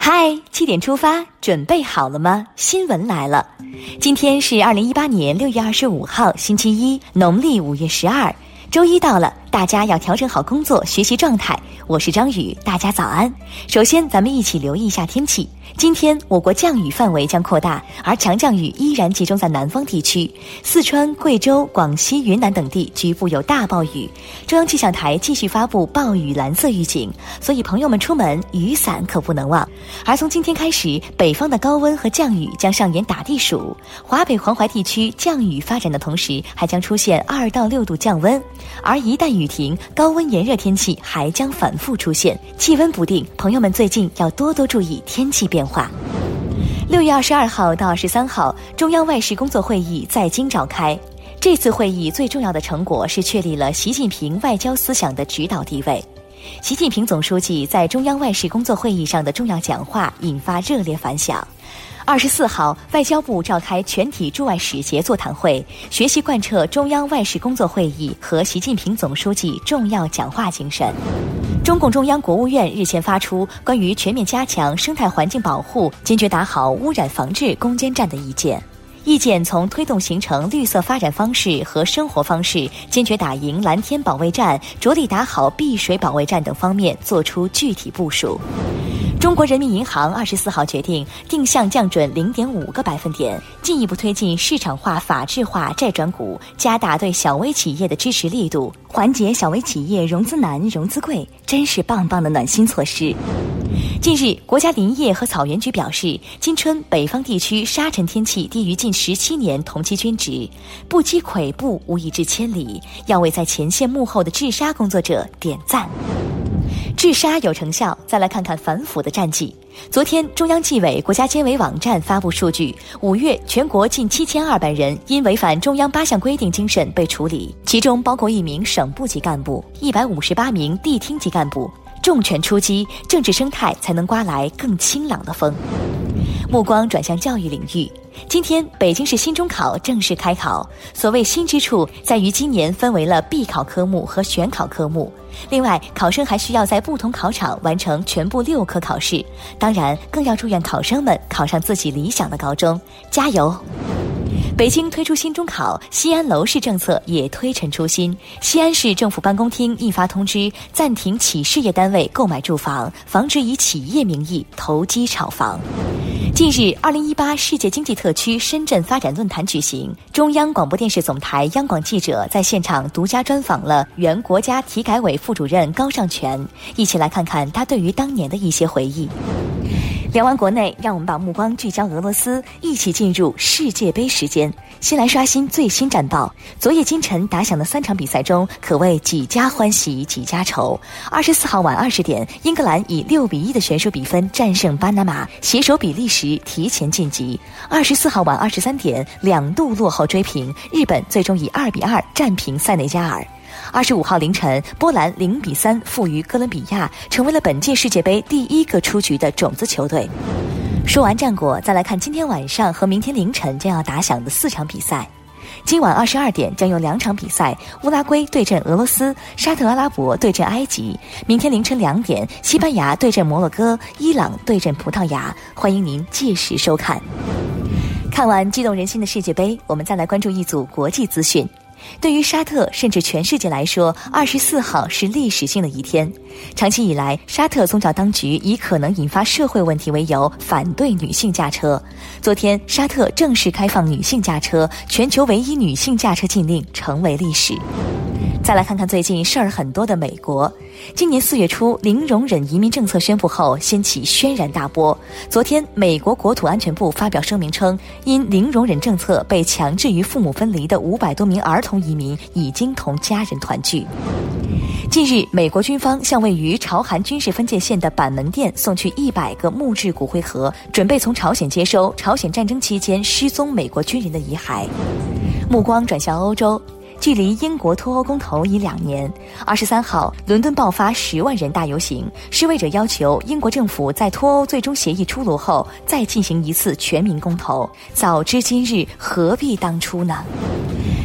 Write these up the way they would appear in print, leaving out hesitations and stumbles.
嗨，7点出发，准备好了吗？新闻来了。今天是2018年6月25号，星期一，农历5月12，周一到了，大家要调整好工作学习状态。我是张宇，大家早安。首先咱们一起留意一下天气。今天我国降雨范围将扩大，而强降雨依然集中在南方地区，四川、贵州、广西、云南等地局部有大暴雨。中央气象台继续发布暴雨蓝色预警，所以朋友们出门雨伞可不能忘。而从今天开始，北方的高温和降雨将上演打地鼠，华北黄淮地区降雨发展的同时，还将出现2到6度降温。而一旦雨停，高温炎热天气还将反复出现，气温不定，朋友们最近要多多注意天气变化。6月22号到23号，中央外事工作会议在京召开。这次会议最重要的成果是确立了习近平外交思想的指导地位。习近平总书记在中央外事工作会议上的重要讲话引发热烈反响。24号，外交部召开全体驻外使节座谈会，学习贯彻中央外事工作会议和习近平总书记重要讲话精神。中共中央国务院日前发出关于全面加强生态环境保护、坚决打好污染防治攻坚战的意见。意见从推动形成绿色发展方式和生活方式、坚决打赢蓝天保卫战、着力打好碧水保卫战等方面作出具体部署。中国人民银行24号决定定向降准0.5个百分点，进一步推进市场化、法治化债转股，加大对小微企业的支持力度，缓解小微企业融资难、融资贵，真是棒棒的暖心措施。近日，国家林业和草原局表示，今春北方地区沙尘天气低于近17年同期均值，不积跬步无以至千里，要为在前线幕后的治沙工作者点赞。治沙有成效，再来看看反腐的战绩。昨天，中央纪委国家监委网站发布数据，5月全国近7200人因违反中央8项规定经审被处理，其中包括1名省部级干部、158名地厅级干部。重拳出击，政治生态才能刮来更清朗的风。目光转向教育领域，今天北京市新中考正式开考。所谓新之处，在于今年分为了必考科目和选考科目。另外，考生还需要在不同考场完成全部6科考试。当然，更要祝愿考生们考上自己理想的高中，加油！北京推出新中考，西安楼市政策也推陈出新。西安市政府办公厅印发通知，暂停企事业单位购买住房，防止以企业名义投机炒房。近日，2018世界经济特区深圳发展论坛举行，中央广播电视总台央广记者在现场独家专访了原国家体改委副主任高尚全，一起来看看他对于当年的一些回忆。聊完国内，让我们把目光聚焦俄罗斯，一起进入世界杯时间。先来刷新最新战报。昨夜今晨打响的3场比赛中，可谓几家欢喜几家愁。24号晚20点，英格兰以6-1的悬殊比分战胜巴拿马，携手比利时提前晋级。24号晚23点，2度落后追平，日本最终以2-2战平塞内加尔。25号凌晨，波兰0-3负于哥伦比亚，成为了本届世界杯第1个出局的种子球队。说完战果，再来看今天晚上和明天凌晨将要打响的4场比赛。今晚22点将有2场比赛，乌拉圭对阵俄罗斯，沙特阿拉伯对阵埃及。明天凌晨2点，西班牙对阵摩洛哥，伊朗对阵葡萄牙。欢迎您届时收看。看完激动人心的世界杯，我们再来关注一组国际资讯。对于沙特甚至全世界来说，24号是历史性的一天。长期以来，沙特宗教当局以可能引发社会问题为由，反对女性驾车。昨天，沙特正式开放女性驾车，全球唯一女性驾车禁令成为历史。再来看看最近事儿很多的美国。今年4月初，零容忍移民政策宣布后，掀起轩然大波。昨天，美国国土安全部发表声明称，因零容忍政策被强制与父母分离的500多名儿童移民已经同家人团聚。近日，美国军方向位于朝韩军事分界线的板门店送去100个木质骨灰盒，准备从朝鲜接收朝鲜战争期间失踪美国军人的遗骸。目光转向欧洲。距离英国脱欧公投已2年，23号，伦敦爆发10万人大游行，示威者要求英国政府在脱欧最终协议出炉后再进行一次全民公投。早知今日，何必当初呢？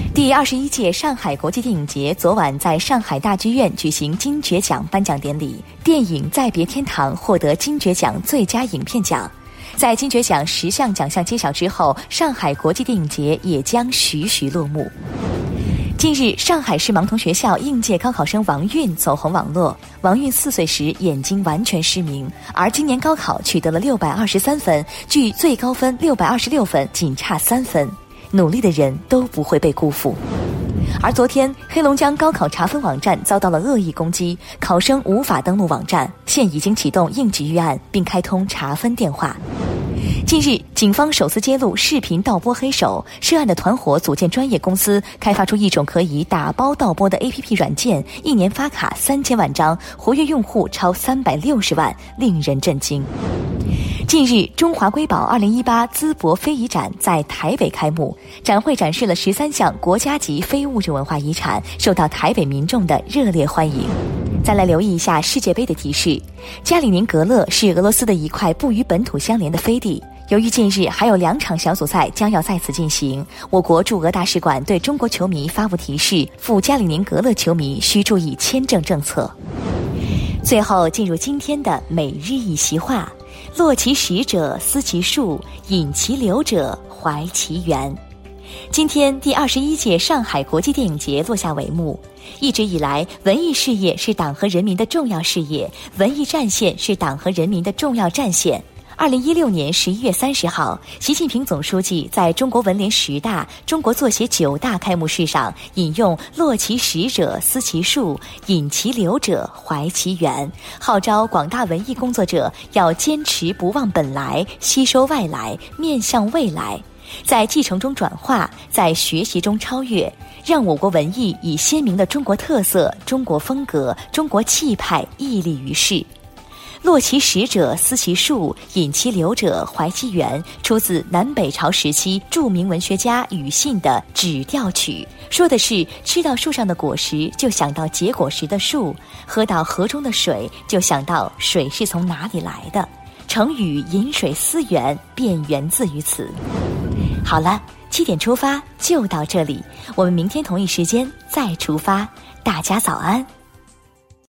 第21届上海国际电影节昨晚在上海大剧院举行金爵奖颁奖典礼，电影《再别天堂》获得金爵奖最佳影片奖。在金爵奖10项奖项揭晓之后，上海国际电影节也将徐徐落幕。近日，上海市盲童学校应届高考生王韵走红网络。王韵4岁时眼睛完全失明，而今年高考取得了623分，距最高分626分仅差3分。努力的人都不会被辜负。而昨天，黑龙江高考查分网站遭到了恶意攻击，考生无法登录网站，现已经启动应急预案，并开通查分电话。近日，警方首次揭露视频盗播黑手，涉案的团伙组建专业公司，开发出一种可以打包盗播的 APP 软件，一年发卡3000万张，活跃用户超360万，令人震惊。近日，中华瑰宝2018淄博非遗展在台北开幕，展会展示了13项国家级非物质文化遗产，受到台北民众的热烈欢迎。再来留意一下世界杯的提示，加里宁格勒是俄罗斯的一块不与本土相连的飞地。由于近日还有2场小组赛将要在此进行，我国驻俄大使馆对中国球迷发布提示，赴加里宁格勒球迷需注意签证政策。最后进入今天的每日一席话，落其实者思其树，饮其流者怀其源。今天第21届上海国际电影节落下帷幕。一直以来，文艺事业是党和人民的重要事业，文艺战线是党和人民的重要战线。2016年11月30号，习近平总书记在中国文联10大、中国作协9大开幕式上引用“落其实者思其树，饮其流者怀其源”，号召广大文艺工作者要坚持不忘本来，吸收外来，面向未来，在继承中转化，在学习中超越，让我国文艺以鲜明的中国特色、中国风格、中国气派屹立于世。落其实者思其树，饮其流者怀其源，出自南北朝时期著名文学家庾信的《指调曲》，说的是吃到树上的果实就想到结果实的树，喝到河中的水就想到水是从哪里来的。成语饮水思源便源自于此。好了，7点出发就到这里，我们明天同一时间再出发。大家早安。